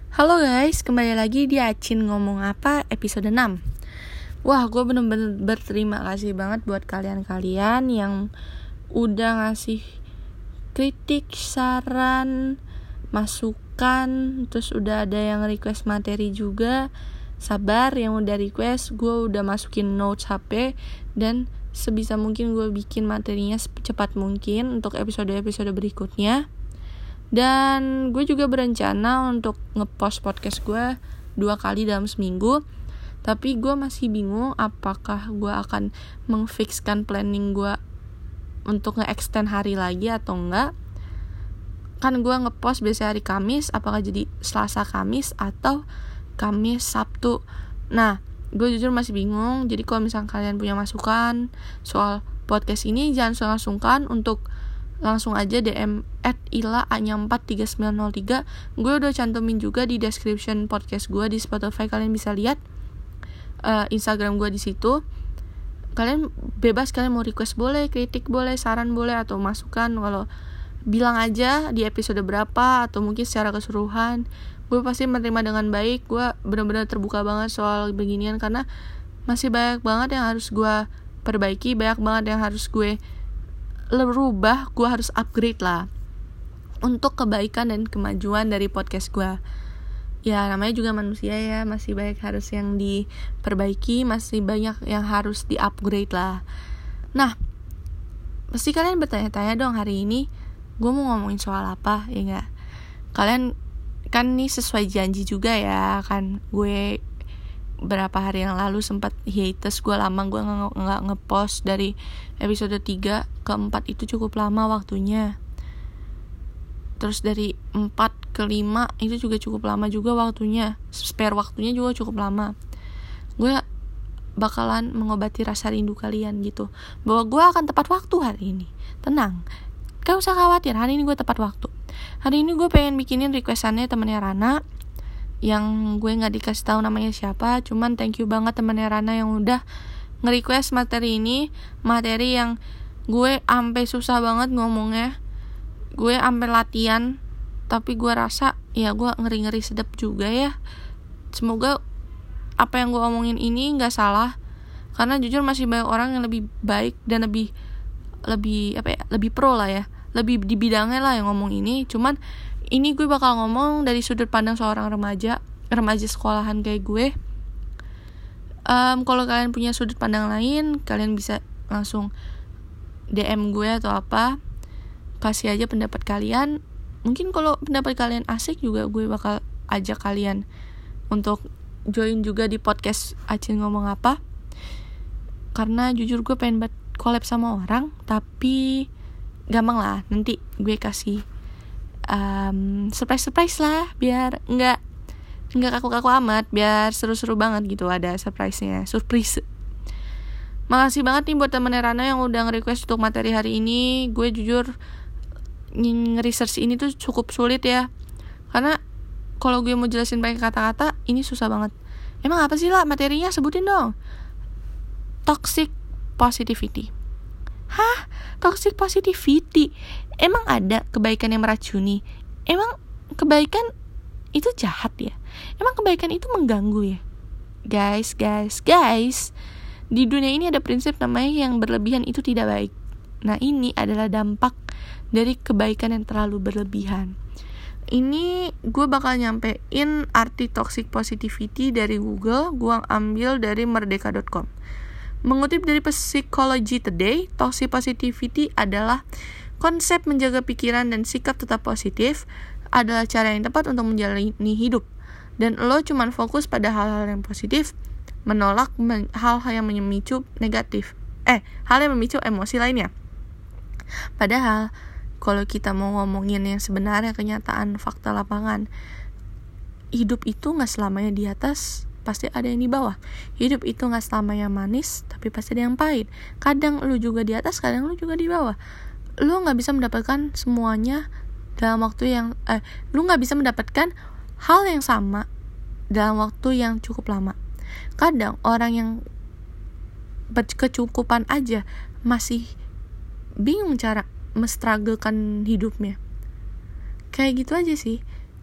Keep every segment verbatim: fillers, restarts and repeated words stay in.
Halo guys, kembali lagi di Acin Ngomong Apa episode enam. Wah, gue bener-bener berterima kasih banget buat kalian-kalian yang udah ngasih kritik, saran, masukan. Terus udah ada yang request materi juga. Sabar yang udah request, gue udah masukin notes H P. Dan sebisa mungkin gue bikin materinya secepat mungkin untuk episode-episode berikutnya. Dan gue juga berencana untuk ngepost podcast gue dua kali dalam seminggu. Tapi gue masih bingung apakah gue akan mengfixkan planning gue untuk nge-extend hari lagi atau enggak. Kan gue ngepost biasanya hari Kamis, apakah jadi Selasa Kamis atau Kamis Sabtu. Nah, gue jujur masih bingung. Jadi kalau misalnya kalian punya masukan soal podcast ini, jangan sungkan-sungkan untuk langsung aja D M at ila anya empat tiga sembilan nol tiga. Gue udah cantumin juga di description podcast gue di Spotify, kalian bisa lihat uh, Instagram gue di situ. Kalian bebas, kalian mau request boleh, kritik boleh, saran boleh, atau masukan. Kalau bilang aja di episode berapa atau mungkin secara keseluruhan, gue pasti menerima dengan baik. Gue benar-benar terbuka banget soal beginian karena masih banyak banget yang harus gue perbaiki, banyak banget yang harus gue rubah, gue harus upgrade lah untuk kebaikan dan kemajuan dari podcast gue. Ya namanya juga manusia ya, masih banyak harus yang diperbaiki, masih banyak yang harus di-upgrade lah. Nah, pasti kalian bertanya-tanya dong, hari ini gue mau ngomongin soal apa, ya gak? Kalian kan nih sesuai janji juga ya, kan gue berapa hari yang lalu sempat hiatus, gue lama gue nggak nggak ngepost dari episode tiga ke empat, itu cukup lama waktunya. Terus dari empat ke lima itu juga cukup lama juga waktunya, spare waktunya juga cukup lama. Gue bakalan mengobati rasa rindu kalian gitu, bahwa gue akan tepat waktu hari ini. Tenang, gak usah khawatir, hari ini gue tepat waktu. Hari ini gue pengen bikinin requestannya temennya Rana, yang gue nggak dikasih tahu namanya siapa. Cuman thank you banget temennya Rana yang udah nge-request materi ini, materi yang gue ampe susah banget ngomongnya, gue ampe latihan, tapi gue rasa ya gue ngeri-ngeri sedap juga ya. Semoga apa yang gue omongin ini nggak salah, karena jujur masih banyak orang yang lebih baik dan lebih lebih apa ya lebih pro lah ya, lebih di bidangnya lah yang ngomong ini. Cuman ini gue bakal ngomong dari sudut pandang seorang remaja, remaja sekolahan kayak gue. Um, kalau kalian punya sudut pandang lain, kalian bisa langsung D M gue atau apa, kasih aja pendapat kalian. Mungkin kalau pendapat kalian asik juga, gue bakal ajak kalian untuk join juga di podcast Acin Ngomong Apa. Karena jujur gue pengen buat collab sama orang, tapi gampang lah, nanti gue kasih Um, surprise-surprise lah, biar nggak nggak kaku-kaku amat, biar seru-seru banget gitu, ada surprise-nya, surprise. Makasih banget nih buat temen Rana yang udah nge-request untuk materi hari ini. Gue jujur nge-research ini tuh cukup sulit ya, karena kalau gue mau jelasin pakai kata-kata ini susah banget. Emang apa sih lah materinya, sebutin dong. Toxic positivity. Hah? Toxic positivity? Emang ada kebaikan yang meracuni? Emang kebaikan itu jahat ya? Emang kebaikan itu mengganggu ya? Guys, guys, guys, di dunia ini ada prinsip namanya yang berlebihan itu tidak baik. Nah, ini adalah dampak dari kebaikan yang terlalu berlebihan. Ini gue bakal nyampein arti toxic positivity dari Google. Gue ambil dari merdeka dot com. Mengutip dari Psychology Today, toxic positivity adalah konsep menjaga pikiran dan sikap tetap positif adalah cara yang tepat untuk menjalani hidup. Dan lo cuman fokus pada hal-hal yang positif, menolak men- hal-hal yang memicu negatif. Eh, hal yang memicu emosi lainnya. Padahal, kalau kita mau ngomongin yang sebenarnya, kenyataan, fakta lapangan, hidup itu gak selamanya di atas, pasti ada yang di bawah. Hidup itu gak selamanya manis, tapi pasti ada yang pahit. Kadang lu juga di atas, kadang lu juga di bawah. Lu gak bisa mendapatkan semuanya dalam waktu yang eh, lu gak bisa mendapatkan hal yang sama dalam waktu yang cukup lama. Kadang orang yang berkecukupan aja masih bingung cara menstrugglekan hidupnya. Kayak gitu aja sih.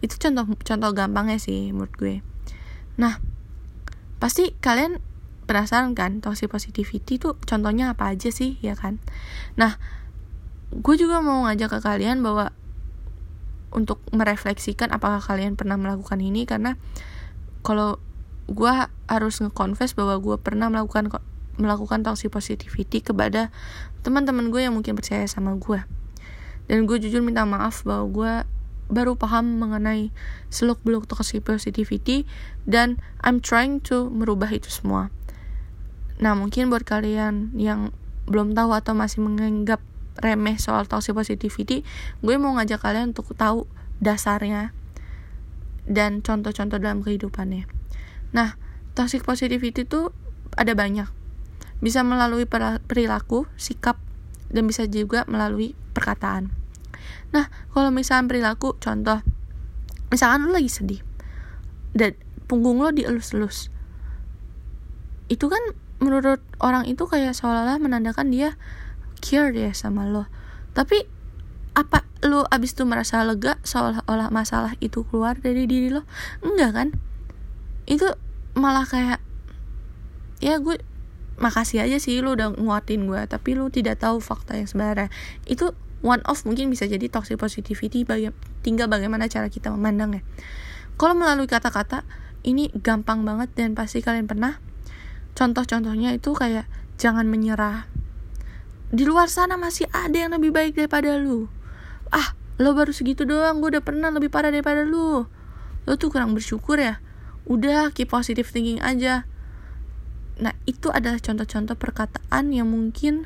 Itu contoh contoh gampangnya sih menurut gue. Nah, pasti kalian penasaran kan, toxic positivity itu contohnya apa aja sih, ya kan? Nah, gue juga mau ngajak ke kalian bahwa untuk merefleksikan apakah kalian pernah melakukan ini, karena kalau gue harus nge-confess bahwa gue pernah melakukan melakukan toxic positivity kepada teman-teman gue yang mungkin percaya sama gue. Dan gue jujur minta maaf bahwa gue baru paham mengenai seluk-beluk toxic positivity, dan I'm trying to merubah itu semua. Nah, mungkin buat kalian yang belum tahu atau masih menganggap remeh soal toxic positivity, gue mau ngajak kalian untuk tahu dasarnya dan contoh-contoh dalam kehidupannya. Nah, toxic positivity itu ada banyak. Bisa melalui perilaku, sikap, dan bisa juga melalui perkataan. Nah, kalau misalnya perilaku, contoh, misalkan lu lagi sedih dan punggung lo dielus-elus, itu kan menurut orang itu kayak seolah-olah menandakan dia care ya sama lo. Tapi apa lo abis itu merasa lega seolah-olah masalah itu keluar dari diri lo? Enggak kan? Itu malah kayak, ya gue makasih aja sih lu udah nguatin gue, tapi lu tidak tahu fakta yang sebenarnya. Itu one of mungkin bisa jadi toxic positivity, baga- tinggal bagaimana cara kita memandangnya. Kalau melalui kata-kata, ini gampang banget dan pasti kalian pernah. Contoh-contohnya itu kayak jangan menyerah. Di luar sana masih ada yang lebih baik daripada lu. Ah, lo baru segitu doang, gue udah pernah lebih parah daripada lu. Lo tuh kurang bersyukur ya. Udah, keep positive thinking aja. Nah, itu adalah contoh-contoh perkataan yang mungkin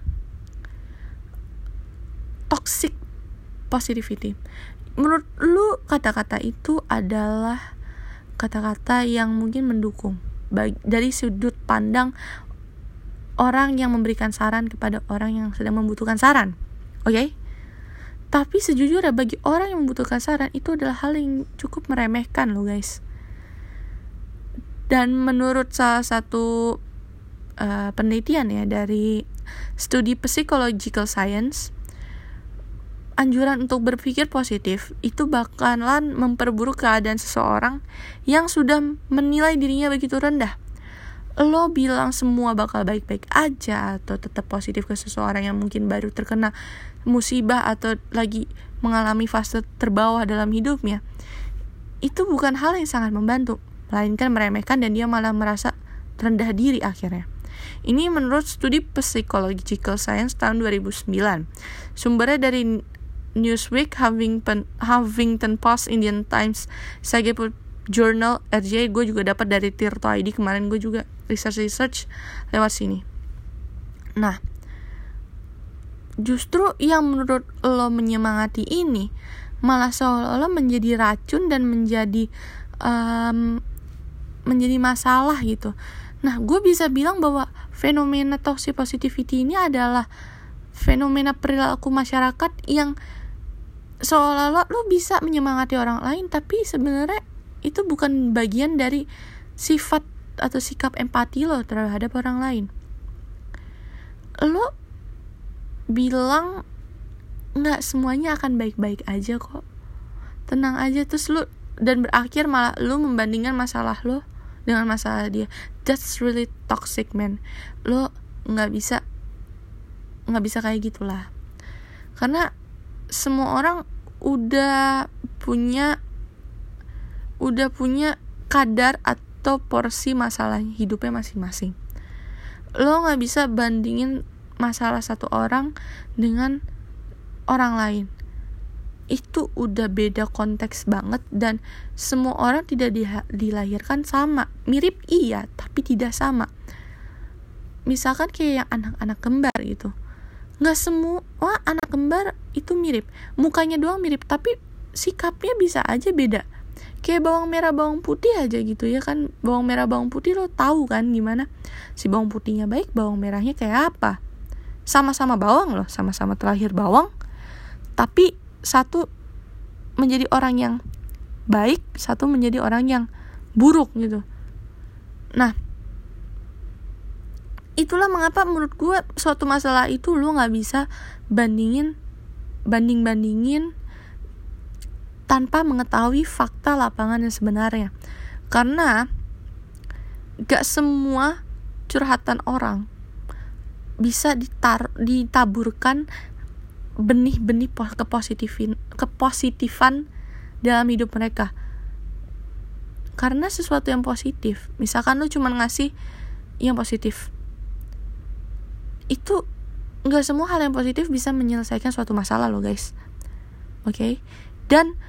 toxic positivity. Menurut lu kata-kata itu adalah kata-kata yang mungkin mendukung bagi, dari sudut pandang orang yang memberikan saran kepada orang yang sedang membutuhkan saran. Oke? Okay? Tapi sejujurnya bagi orang yang membutuhkan saran itu adalah hal yang cukup meremehkan loh guys. Dan menurut salah satu Uh, penelitian ya dari studi psychological science, anjuran untuk berpikir positif itu bakalan memperburuk keadaan seseorang yang sudah menilai dirinya begitu rendah. Lo bilang semua bakal baik-baik aja atau tetap positif ke seseorang yang mungkin baru terkena musibah atau lagi mengalami fase terbawah dalam hidupnya, itu bukan hal yang sangat membantu, melainkan meremehkan, dan dia malah merasa rendah diri akhirnya. Ini menurut studi Psychological Science tahun dua ribu sembilan. Sumbernya dari Newsweek, Huffington, Huffington Post, Indian Times, Singapore Journal, R J. Gue juga dapat dari Tirto I D. Kemarin gue juga research-research lewat sini. Nah, justru yang menurut lo menyemangati ini malah seolah-olah menjadi racun dan menjadi um, menjadi masalah gitu. Nah, gue bisa bilang bahwa fenomena toxic positivity ini adalah fenomena perilaku masyarakat yang seolah-olah lo bisa menyemangati orang lain, tapi sebenarnya itu bukan bagian dari sifat atau sikap empati lo terhadap orang lain. Lo bilang nggak semuanya akan baik-baik aja kok, tenang aja, terus lo dan berakhir malah lo membandingkan masalah lo dengan masalah dia. That's really toxic, man. Lo nggak bisa nggak bisa kayak gitulah, karena semua orang udah punya udah punya kadar atau porsi masalah hidupnya masing-masing. Lo nggak bisa bandingin masalah satu orang dengan orang lain. Itu udah beda konteks banget, dan semua orang tidak di- dilahirkan sama. Mirip iya, tapi tidak sama. Misalkan kayak yang anak-anak kembar gitu, nggak semua anak kembar itu mirip. Mukanya doang mirip, tapi sikapnya bisa aja beda. Kayak bawang merah bawang putih aja gitu ya kan. Bawang merah bawang putih lo tahu kan gimana si bawang putihnya baik, bawang merahnya kayak apa. Sama-sama bawang loh, sama-sama terlahir bawang, tapi satu menjadi orang yang baik, satu menjadi orang yang buruk gitu. Nah, itulah mengapa menurut gue suatu masalah itu lo gak bisa bandingin banding-bandingin tanpa mengetahui fakta lapangan yang sebenarnya. Karena gak semua curhatan orang bisa ditar- ditaburkan benih-benih kepositifin, kepositifan dalam hidup mereka. Karena sesuatu yang positif, misalkan lu cuma ngasih yang positif, itu gak semua hal yang positif bisa menyelesaikan suatu masalah loh guys. Oke okay? Dan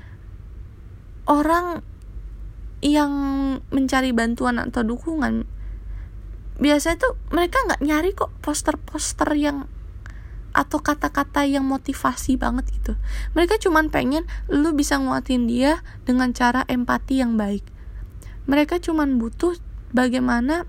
orang yang mencari bantuan atau dukungan, biasanya tuh mereka gak nyari kok poster-poster yang atau kata-kata yang motivasi banget gitu. Mereka cuman pengen lu bisa nguatin dia dengan cara empati yang baik. Mereka cuman butuh bagaimana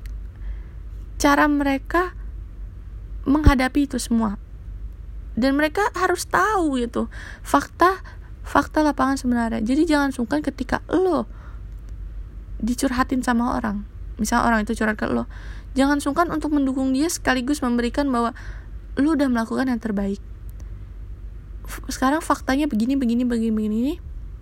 cara mereka menghadapi itu semua. Dan mereka harus tahu gitu fakta fakta lapangan sebenarnya. Jadi jangan sungkan ketika lo dicurhatin sama orang. Misalnya orang itu curhat ke lo, jangan sungkan untuk mendukung dia sekaligus memberikan bahwa lu udah melakukan yang terbaik. Sekarang faktanya begini, begini, begini, begini.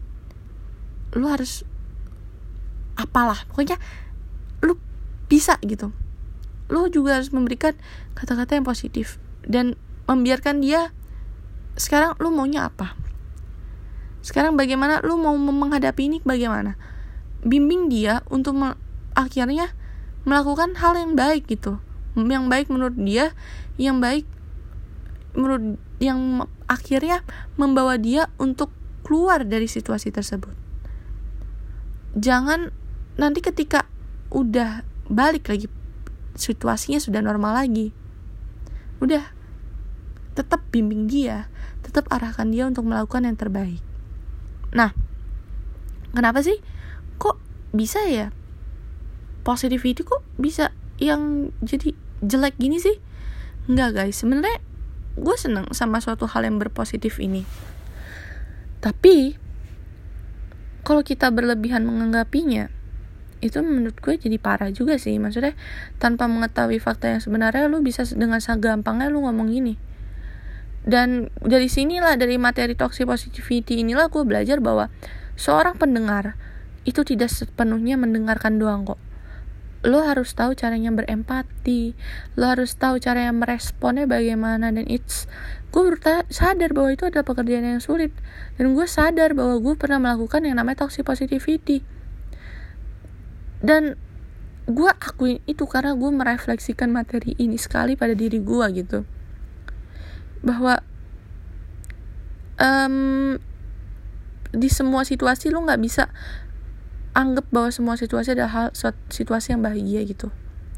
Lu harus apalah, pokoknya lu bisa gitu. Lu juga harus memberikan kata-kata yang positif dan membiarkan dia. Sekarang lu maunya apa? Sekarang bagaimana lu mau menghadapi ini, bagaimana? Bimbing dia untuk me- akhirnya melakukan hal yang baik gitu. Yang baik menurut dia, yang baik menurut yang akhirnya membawa dia untuk keluar dari situasi tersebut. Jangan nanti ketika udah balik lagi situasinya sudah normal lagi, udah tetap bimbing dia, tetap arahkan dia untuk melakukan yang terbaik. Nah, kenapa sih kok bisa ya positivity kok bisa yang jadi jelek gini sih? Enggak guys, sebenarnya gue seneng sama suatu hal yang berpositif ini. Tapi kalau kita berlebihan menganggapinya, itu menurut gue jadi parah juga sih. Maksudnya tanpa mengetahui fakta yang sebenarnya, lu bisa dengan segampangnya lu ngomong gini. Dan dari sinilah, dari materi toxic positivity inilah gue belajar bahwa seorang pendengar itu tidak sepenuhnya mendengarkan doang kok. Lo harus tahu caranya berempati, lo harus tahu caranya meresponnya bagaimana. Dan it's, gue berta- sadar bahwa itu adalah pekerjaan yang sulit. Dan gue sadar bahwa gue pernah melakukan yang namanya toxic positivity. Dan gue akuin itu karena gue merefleksikan materi ini sekali pada diri gue gitu, bahwa um, di semua situasi lo gak bisa anggap bahwa semua situasi adalah hal, situasi yang bahagia gitu.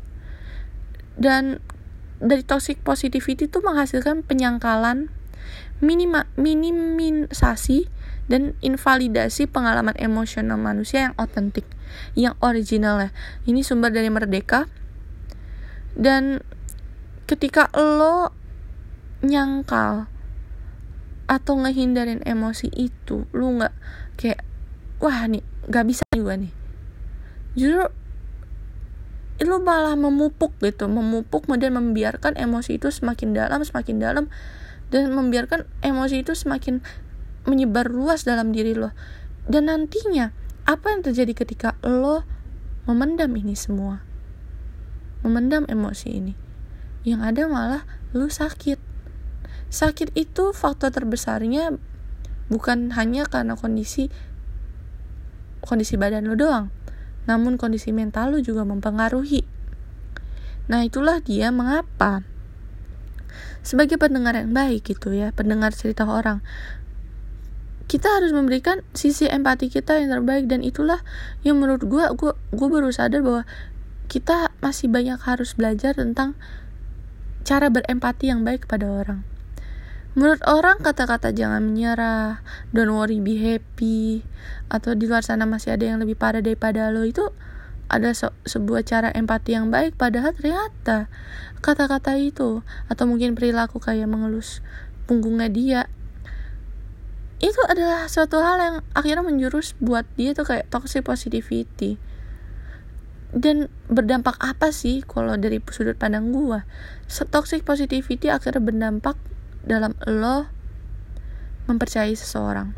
Dan dari toxic positivity itu menghasilkan penyangkalan, minima, minimisasi, dan invalidasi pengalaman emosional manusia yang otentik, yang original ya. Ini sumber dari Merdeka. Dan ketika lo nyangkal atau ngehindarin emosi itu, lo gak kayak, wah nih gak bisa nih gue nih, justru lo malah memupuk gitu, memupuk kemudian membiarkan emosi itu semakin dalam, semakin dalam, dan membiarkan emosi itu semakin menyebar luas dalam diri lo. Dan nantinya apa yang terjadi ketika lo memendam ini semua, memendam emosi ini? Yang ada malah lo sakit. Sakit itu faktor terbesarnya bukan hanya karena kondisi kondisi badan lo doang, namun kondisi mental lo juga mempengaruhi. Nah, itulah dia mengapa sebagai pendengar yang baik gitu ya, pendengar cerita orang, kita harus memberikan sisi empati kita yang terbaik. Dan itulah yang menurut gue, gue, gue baru sadar bahwa kita masih banyak harus belajar tentang cara berempati yang baik kepada orang. Menurut orang, kata-kata jangan menyerah, don't worry, be happy, atau di luar sana masih ada yang lebih parah daripada lo, itu ada se- sebuah cara empati yang baik. Padahal ternyata kata-kata itu, atau mungkin perilaku kayak mengelus punggungnya dia, itu adalah suatu hal yang akhirnya menjurus buat dia tuh kayak toxic positivity. Dan berdampak apa sih kalau dari sudut pandang gue? Toxic positivity akhirnya berdampak dalam lo mempercayai seseorang.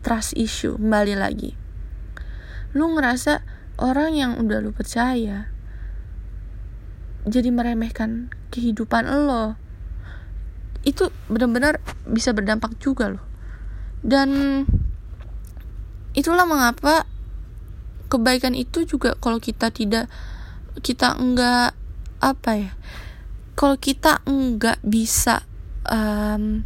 trust issue. Kembali lagi, lu ngerasa orang yang udah lu percaya jadi meremehkan kehidupan lo, itu benar-benar bisa berdampak juga loh. Dan itulah mengapa kebaikan itu juga kalau kita tidak kita enggak apa ya kalau kita enggak bisa um,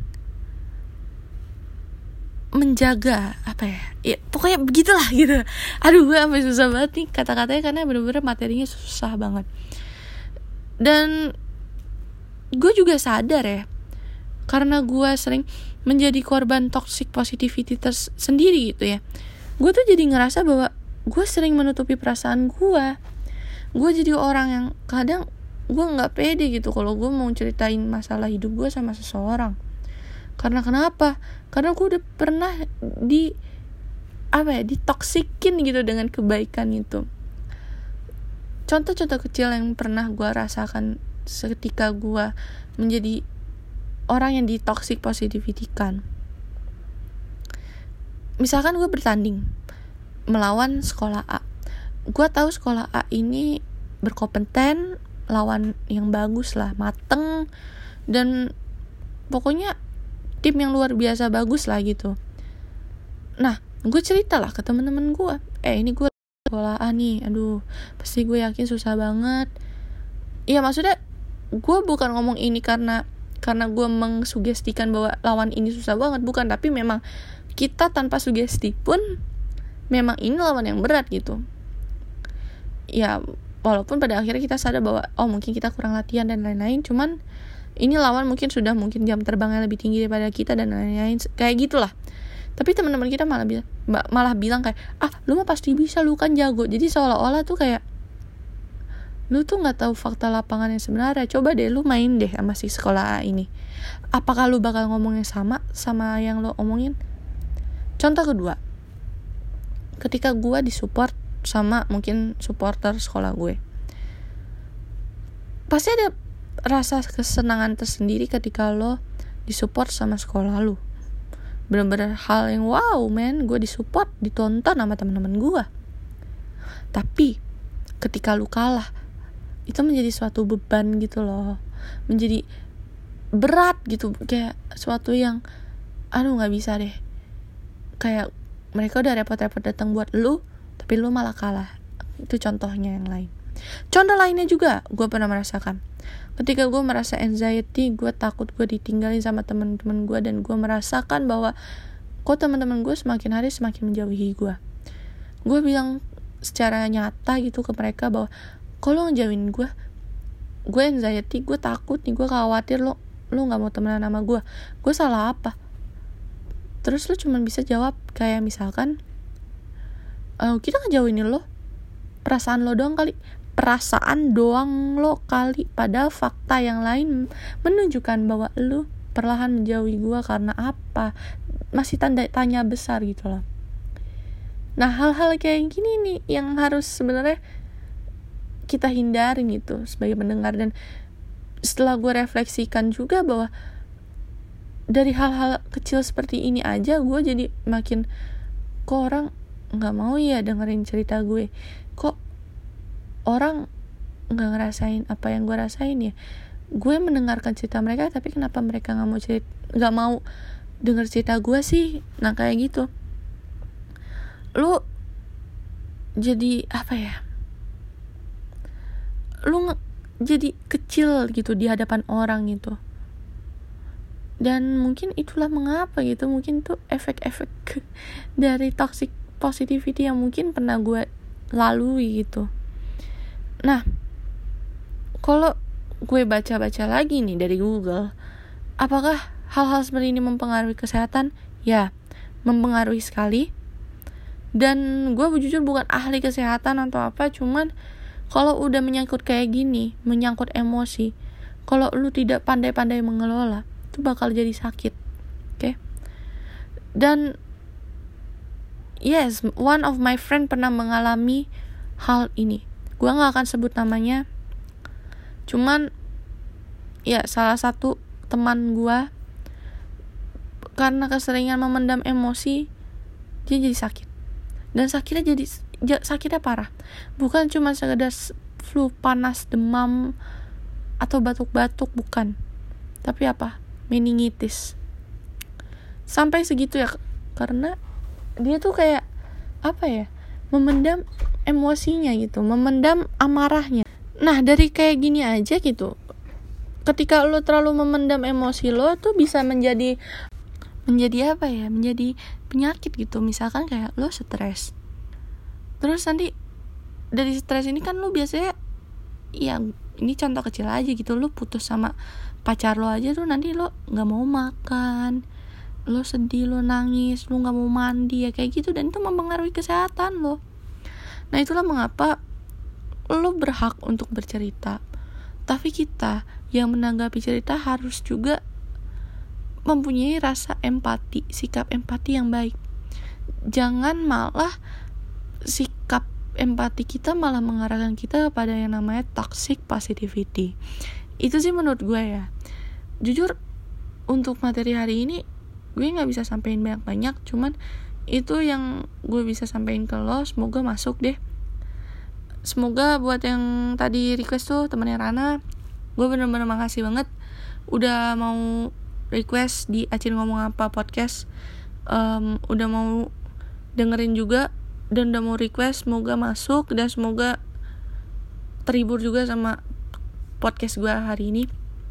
menjaga apa ya ya pokoknya begitulah gitu. Aduh, gue sampai susah banget nih kata-katanya karena bener-bener materinya susah banget. Dan gue juga sadar ya, karena gue sering menjadi korban toxic positivity tersendiri gitu ya, gue tuh jadi ngerasa bahwa gue sering menutupi perasaan gue. Gue jadi orang yang kadang gue nggak pede gitu kalau gue mau ceritain masalah hidup gue sama seseorang. Karena kenapa? Karena gue udah pernah di apa ya, ditoksikin gitu dengan kebaikan itu. Contoh-contoh kecil yang pernah gue rasakan ketika gue menjadi orang yang ditoxic positivity kan. Misalkan gue bertanding melawan sekolah A. Gue tahu sekolah A ini berkompeten, lawan yang bagus lah, mateng, dan pokoknya tim yang luar biasa bagus lah gitu. Nah, gue cerita lah ke teman-teman gue, eh ini gue sekolah A nih, aduh pasti gue yakin susah banget. Iya, maksudnya gue bukan ngomong ini karena karena gue mengsugestikan bahwa lawan ini susah banget, bukan, tapi memang kita tanpa sugesti pun memang ini lawan yang berat gitu. Ya walaupun pada akhirnya kita sadar bahwa oh mungkin kita kurang latihan dan lain-lain, cuman ini lawan mungkin sudah mungkin jam terbangnya lebih tinggi daripada kita dan lain-lain kayak gitulah. Tapi teman-teman kita malah bilang malah bilang kayak ah lu mah pasti bisa, lu kan jago. Jadi seolah-olah tuh kayak lu tuh nggak tahu fakta lapangan yang sebenarnya. Coba deh lu main deh sama si sekolah A ini, apakah lu bakal ngomongnya sama sama yang lu omongin? Contoh kedua, ketika gue disupport sama mungkin supporter sekolah gue, pasti ada rasa kesenangan tersendiri ketika lo disupport sama sekolah lo. Bener-bener hal yang wow man, gue disupport, ditonton sama teman-teman gue. Tapi ketika lo kalah, itu menjadi suatu beban gitu loh, menjadi berat gitu, kayak suatu yang aduh nggak bisa deh. Kayak mereka udah repot-repot datang buat lu, tapi lu malah kalah. Itu contohnya yang lain. Contoh lainnya juga gue pernah merasakan. Ketika gue merasa anxiety, gue takut gue ditinggalin sama teman-teman gue, dan gue merasakan bahwa kok teman-teman gue semakin hari semakin menjauhi gue. Gue bilang secara nyata gitu ke mereka bahwa kok lo ngejauhin gue, gue anxiety, gue takut nih, gue khawatir lo lo nggak mau temenan sama gue. Gue salah apa? Terus lo cuma bisa jawab kayak misalkan e, kita ngejauhin lo, perasaan lo doang kali, perasaan doang lo kali. Padahal fakta yang lain menunjukkan bahwa lo perlahan menjauhi gue karena apa? Masih tanda tanya besar gitu loh. Nah, hal-hal kayak gini nih yang harus sebenarnya kita hindarin gitu sebagai pendengar. Dan setelah gue refleksikan juga bahwa dari hal-hal kecil seperti ini aja gue jadi makin, kok orang nggak mau ya dengerin cerita gue, kok orang nggak ngerasain apa yang gue rasain ya. Gue mendengarkan cerita mereka, tapi kenapa mereka nggak mau cerita, nggak mau denger cerita gue sih? Nah kayak gitu, lu jadi apa ya, lu nge- jadi kecil gitu di hadapan orang gitu. Dan mungkin itulah mengapa gitu, mungkin tuh efek-efek dari toxic positivity yang mungkin pernah gue lalui gitu. Nah, kalau gue baca-baca lagi nih dari Google, apakah hal-hal seperti ini mempengaruhi kesehatan? Ya, mempengaruhi sekali. Dan gue jujur bukan ahli kesehatan atau apa, cuman kalau udah menyangkut kayak gini, menyangkut emosi, kalau lu tidak pandai-pandai mengelola, itu bakal jadi sakit. Oke okay? Dan yes, one of my friend pernah mengalami hal ini. Gue gak akan sebut namanya, cuman ya salah satu teman gue karena keseringan memendam emosi, dia jadi sakit. Dan sakitnya jadi sakitnya parah. Bukan cuma sekedar flu, panas, demam, atau batuk-batuk, bukan. Tapi apa? Meningitis. Sampai segitu ya, karena dia tuh kayak apa ya? Memendam emosinya gitu, memendam amarahnya. Nah, dari kayak gini aja gitu. Ketika lo terlalu memendam emosi lo tuh bisa menjadi menjadi apa ya? Menjadi penyakit gitu. Misalkan kayak lo stres. Terus nanti dari stres ini kan lo biasanya, ya ini contoh kecil aja gitu, lo putus sama pacar lo aja tuh nanti lo nggak mau makan, lo sedih, lo nangis, lo nggak mau mandi ya kayak gitu, dan itu mempengaruhi kesehatan lo. Nah itulah mengapa lo berhak untuk bercerita. Tapi kita yang menanggapi cerita harus juga mempunyai rasa empati, sikap empati yang baik. Jangan malah sikap empati kita malah mengarahkan kita kepada yang namanya toxic positivity. Itu sih menurut gue ya. Jujur untuk materi hari ini gue gak bisa sampein banyak-banyak, cuman itu yang gue bisa sampein ke lo. Semoga masuk deh. Semoga buat yang tadi request tuh temennya Rana, gue bener-bener makasih banget udah mau request di Acin Ngomong Apa podcast, um, udah mau dengerin juga dan udah mau request. Semoga masuk dan semoga terhibur juga sama podcast gue hari ini.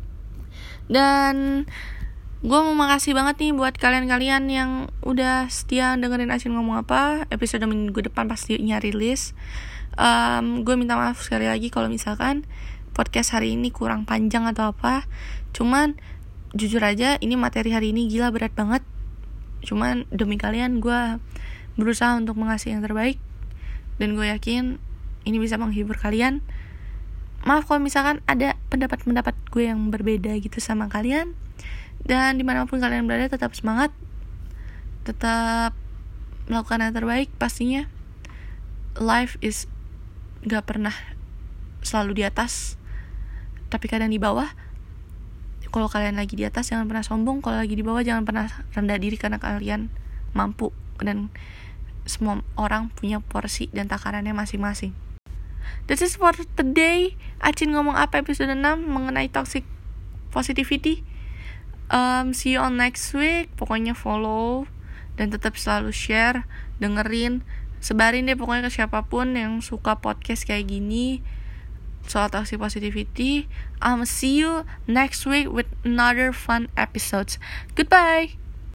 Dan gue mau makasih banget nih buat kalian-kalian yang udah setia dengerin Acin Ngomong Apa. Episode minggu depan pastinya rilis. um, Gue minta maaf sekali lagi kalau misalkan podcast hari ini kurang panjang atau apa. Cuman jujur aja ini materi hari ini gila berat banget. Cuman demi kalian gue berusaha untuk mengasih yang terbaik, dan gue yakin ini bisa menghibur kalian. Maaf kalau misalkan ada pendapat-pendapat gue yang berbeda gitu sama kalian. Dan dimanapun kalian berada, tetap semangat, tetap melakukan yang terbaik pastinya. Life is gak pernah selalu di atas, tapi kadang di bawah. Kalau kalian lagi di atas jangan pernah sombong, kalau lagi di bawah jangan pernah rendah diri, karena kalian mampu dan semua orang punya porsi dan takarannya masing-masing. This is for today. Acin Ngomong Apa episode enam mengenai toxic positivity. um, See you on next week. Pokoknya follow dan tetap selalu share, dengerin, sebarin deh pokoknya ke siapapun yang suka podcast kayak gini soal toxic positivity. I'll see you next week with another fun episodes. Goodbye.